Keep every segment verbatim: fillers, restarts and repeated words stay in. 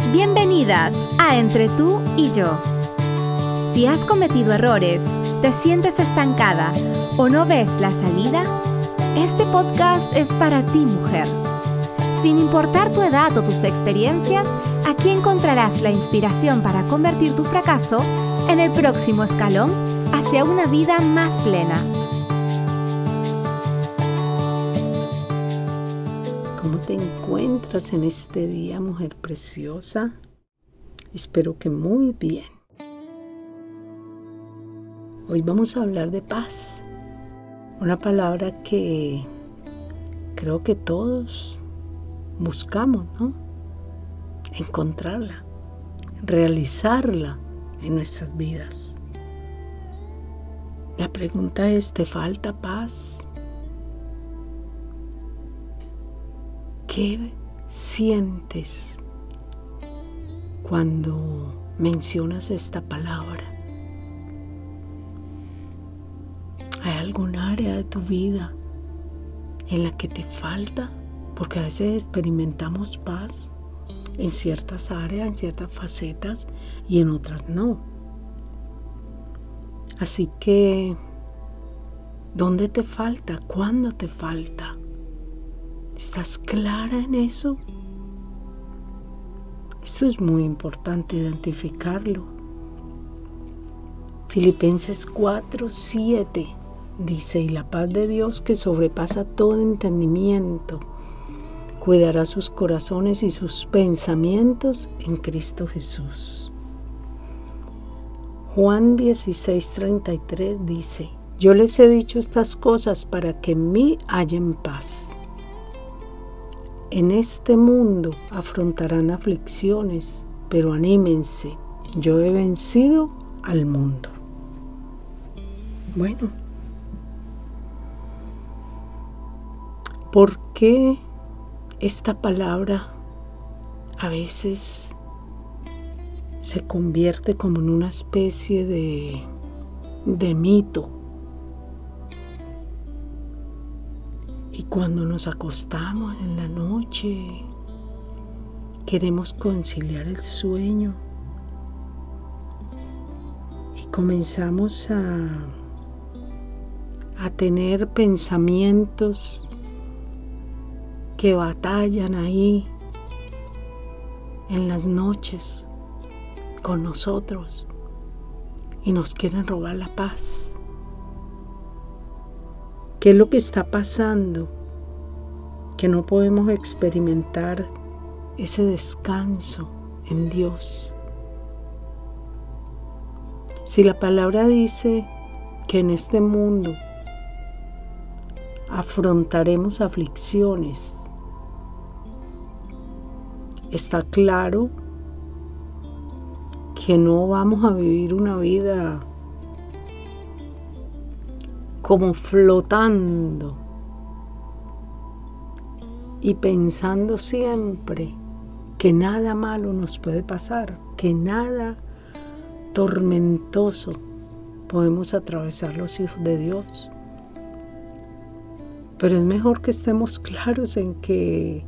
Bienvenidas a Entre tú y yo. Si has cometido errores, te sientes estancada o no ves la salida, este podcast es para ti, mujer. Sin importar tu edad o tus experiencias, aquí encontrarás la inspiración para convertir tu fracaso en el próximo escalón hacia una vida más plena. ¿Cómo te encuentras en este día, mujer preciosa? Espero que muy bien. Hoy vamos a hablar de paz, una palabra que creo que todos buscamos, ¿no? Encontrarla, realizarla en nuestras vidas. La pregunta es, ¿te falta paz? ¿Qué sientes cuando mencionas esta palabra? ¿Hay algún área de tu vida en la que te falta? Porque a veces experimentamos paz en ciertas áreas, en ciertas facetas y en otras no. Así que, ¿dónde te falta? ¿Cuándo te falta? ¿Estás clara en eso? Esto es muy importante identificarlo. Filipenses cuatro, siete dice, y la paz de Dios que sobrepasa todo entendimiento, cuidará sus corazones y sus pensamientos en Cristo Jesús. Juan dieciséis, treinta y tres dice, yo les he dicho estas cosas para que en mí hallen paz. En este mundo afrontarán aflicciones, pero anímense, yo he vencido al mundo. Bueno, ¿por qué esta palabra a veces se convierte como en una especie de, de mito? Y cuando nos acostamos en la noche, queremos conciliar el sueño y comenzamos a, a tener pensamientos que batallan ahí en las noches con nosotros y nos quieren robar la paz. ¿Qué es lo que está pasando? Que no podemos experimentar ese descanso en Dios. Si la palabra dice que en este mundo afrontaremos aflicciones, está claro que no vamos a vivir una vida como flotando y pensando siempre que nada malo nos puede pasar, que nada tormentoso podemos atravesar los hijos de Dios. Pero es mejor que estemos claros en que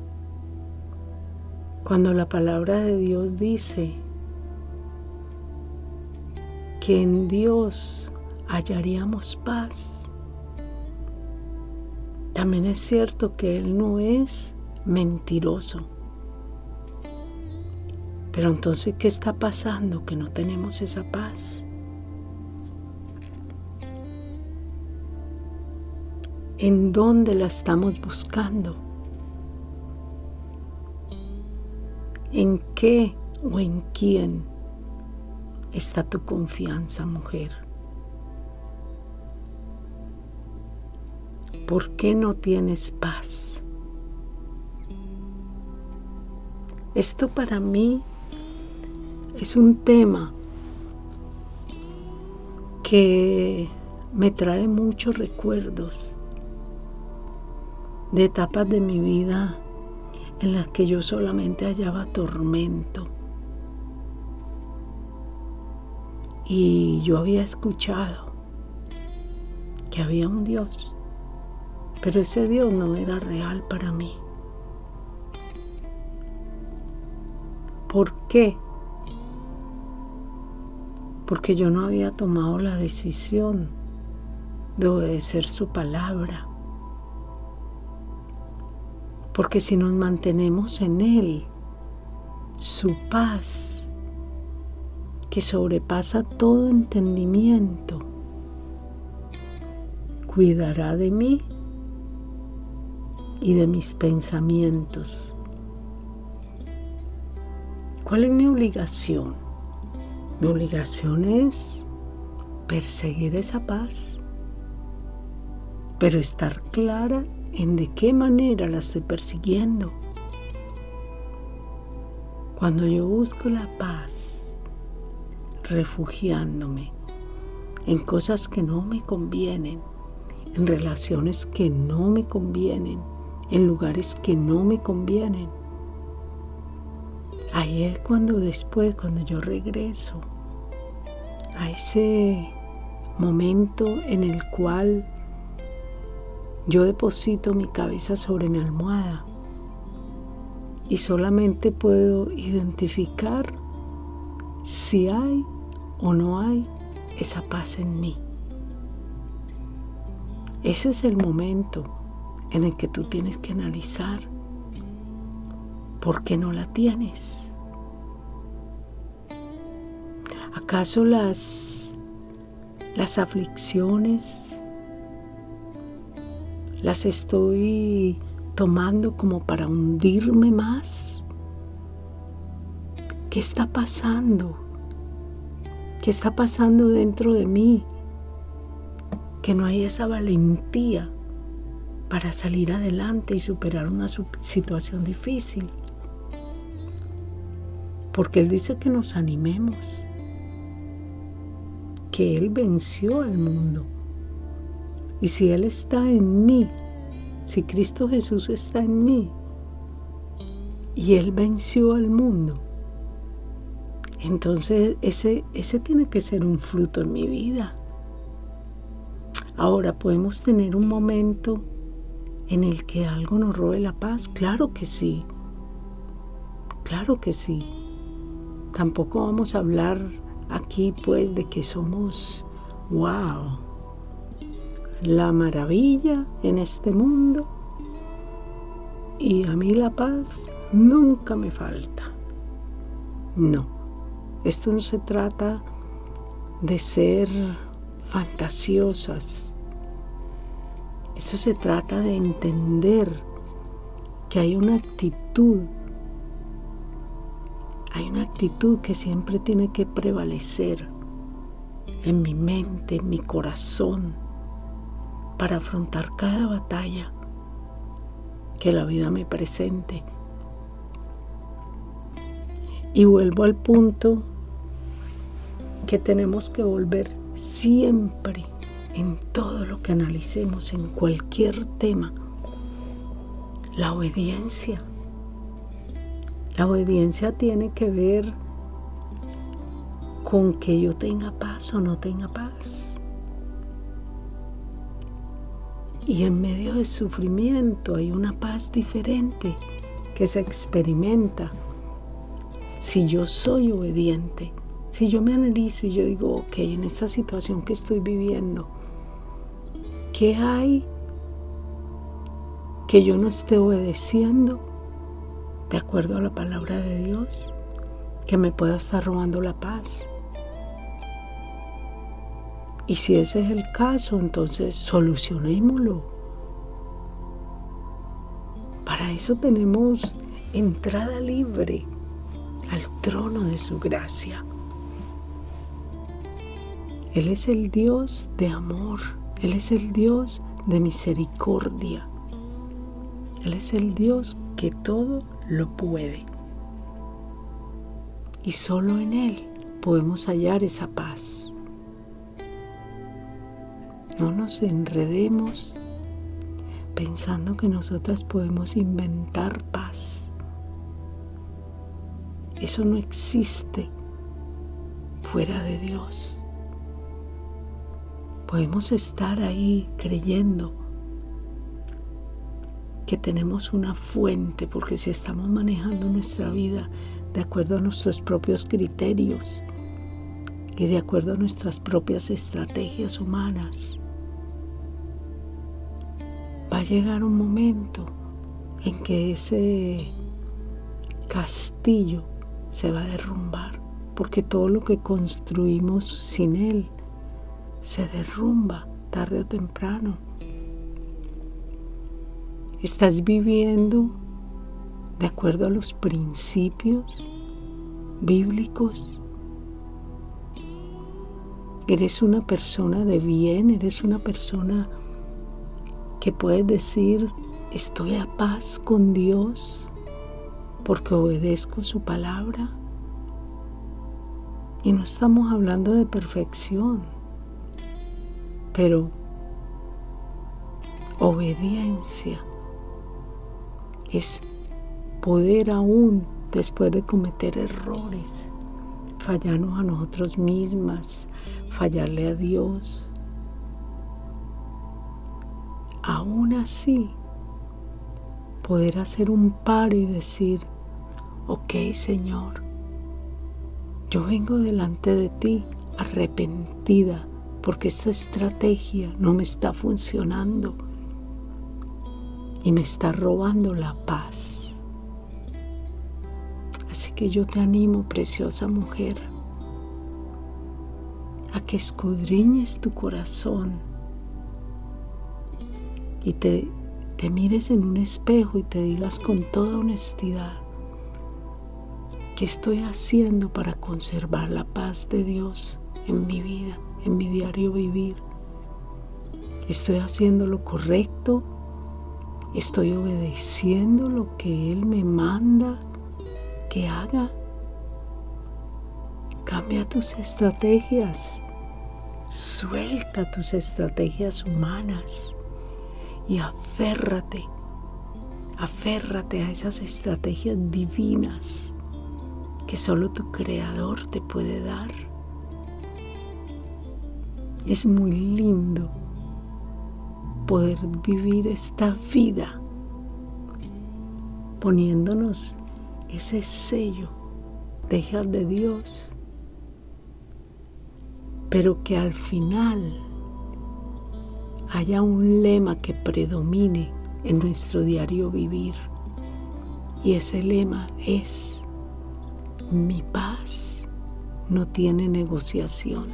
cuando la palabra de Dios dice que en Dios hallaríamos paz, también es cierto que Él no es mentiroso. Pero entonces, ¿qué está pasando que no tenemos esa paz? ¿En dónde la estamos buscando? ¿En qué o en quién está tu confianza, mujer? ¿Por qué no tienes paz? Esto para mí es un tema que me trae muchos recuerdos de etapas de mi vida en las que yo solamente hallaba tormento. Y yo había escuchado que había un Dios, pero ese Dios no era real para mí. ¿Por qué? Porque yo no había tomado la decisión de obedecer su palabra. Porque si nos mantenemos en Él, su paz, que sobrepasa todo entendimiento, cuidará de mí y de mis pensamientos. ¿Cuál es mi obligación? Mi obligación es perseguir esa paz, pero estar clara en de qué manera la estoy persiguiendo. Cuando yo busco la paz, refugiándome en cosas que no me convienen, en relaciones que no me convienen, en lugares que no me convienen, ahí es cuando después, cuando yo regreso a ese momento en el cual yo deposito mi cabeza sobre mi almohada y solamente puedo identificar si hay o no hay esa paz en mí. Ese es el momento en el que tú tienes que analizar por qué no la tienes. ¿Acaso las, las aflicciones las estoy tomando como para hundirme más? ¿Qué está pasando? ¿Qué está pasando dentro de mí? Que no hay esa valentía para salir adelante y superar una situación difícil. Porque Él dice que nos animemos, que Él venció al mundo. Y si Él está en mí, si Cristo Jesús está en mí y Él venció al mundo, entonces ese, ese tiene que ser un fruto en mi vida. Ahora, ¿podemos tener un momento en el que algo nos robe la paz? Claro que sí, claro que sí. Tampoco vamos a hablar aquí pues de que somos, wow, la maravilla en este mundo y a mí la paz nunca me falta. No, esto no se trata de ser fantasiosas. Esto se trata de entender que hay una actitud, hay una actitud que siempre tiene que prevalecer en mi mente, en mi corazón, para afrontar cada batalla que la vida me presente. Y vuelvo al punto que tenemos que volver siempre en todo lo que analicemos, en cualquier tema, la obediencia. La obediencia tiene que ver con que yo tenga paz o no tenga paz. Y en medio del sufrimiento hay una paz diferente que se experimenta si yo soy obediente. Si yo me analizo y yo digo, ok, en esta situación que estoy viviendo, ¿qué hay que yo no esté obedeciendo de acuerdo a la palabra de Dios, que me pueda estar robando la paz? Y si ese es el caso, entonces solucionémoslo. Para eso tenemos entrada libre al trono de su gracia. Él es el Dios de amor, Él es el Dios de misericordia, Él es el Dios que todo lo puede. Y solo en Él podemos hallar esa paz. No nos enredemos pensando que nosotras podemos inventar paz. Eso no existe fuera de Dios. Podemos estar ahí creyendo que tenemos una fuente, porque si estamos manejando nuestra vida de acuerdo a nuestros propios criterios y de acuerdo a nuestras propias estrategias humanas. Va a llegar un momento en que ese castillo se va a derrumbar, porque todo lo que construimos sin él se derrumba tarde o temprano. ¿Estás viviendo de acuerdo a los principios bíblicos? ¿Eres una persona de bien? ¿Eres una persona que puedes decir, estoy a paz con Dios porque obedezco su palabra? Y no estamos hablando de perfección, pero obediencia es poder aún después de cometer errores, fallarnos a nosotros mismas, fallarle a Dios. Aún así, poder hacer un paro y decir, ok, Señor, yo vengo delante de ti arrepentida porque esta estrategia no me está funcionando y me está robando la paz. Así que yo te animo, preciosa mujer, a que escudriñes tu corazón y te, te mires en un espejo y te digas con toda honestidad, ¿qué estoy haciendo para conservar la paz de Dios en mi vida, en mi diario vivir? ¿Estoy haciendo lo correcto? ¿Estoy obedeciendo lo que Él me manda que haga? Cambia tus estrategias, suelta tus estrategias humanas y aférrate, aférrate a esas estrategias divinas que solo tu Creador te puede dar. Es muy lindo poder vivir esta vida poniéndonos ese sello de hijas de Dios, pero que al final haya un lema que predomine en nuestro diario vivir, y ese lema es: mi paz no tiene negociación.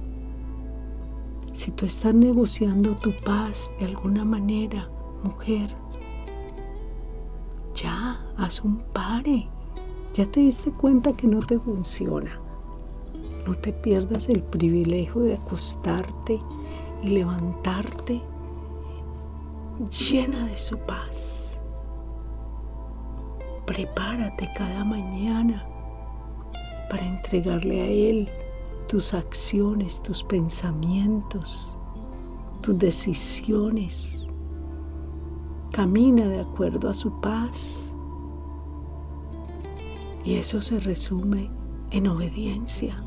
Si tú estás negociando tu paz de alguna manera, mujer, ya, haz un pare. Ya te diste cuenta que no te funciona. No te pierdas el privilegio de acostarte y levantarte llena de su paz. Prepárate cada mañana para entregarle a Él tus acciones, tus pensamientos, tus decisiones. Camina de acuerdo a su paz. Y eso se resume en obediencia.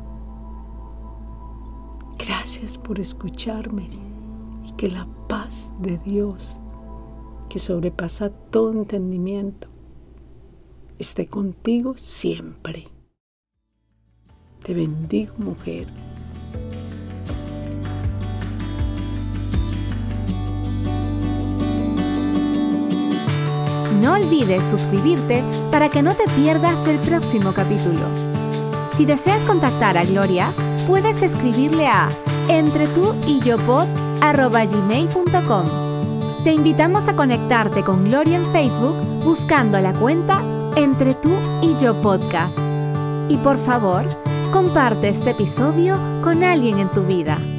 Gracias por escucharme, y que la paz de Dios, que sobrepasa todo entendimiento, esté contigo siempre. Te bendigo, mujer. No olvides suscribirte para que no te pierdas el próximo capítulo. Si deseas contactar a Gloria, puedes escribirle a entretúyopod arroba gmail punto com. Te invitamos a conectarte con Gloria en Facebook buscando la cuenta Entre Tú y Yo Podcast. Y por favor, comparte este episodio con alguien en tu vida.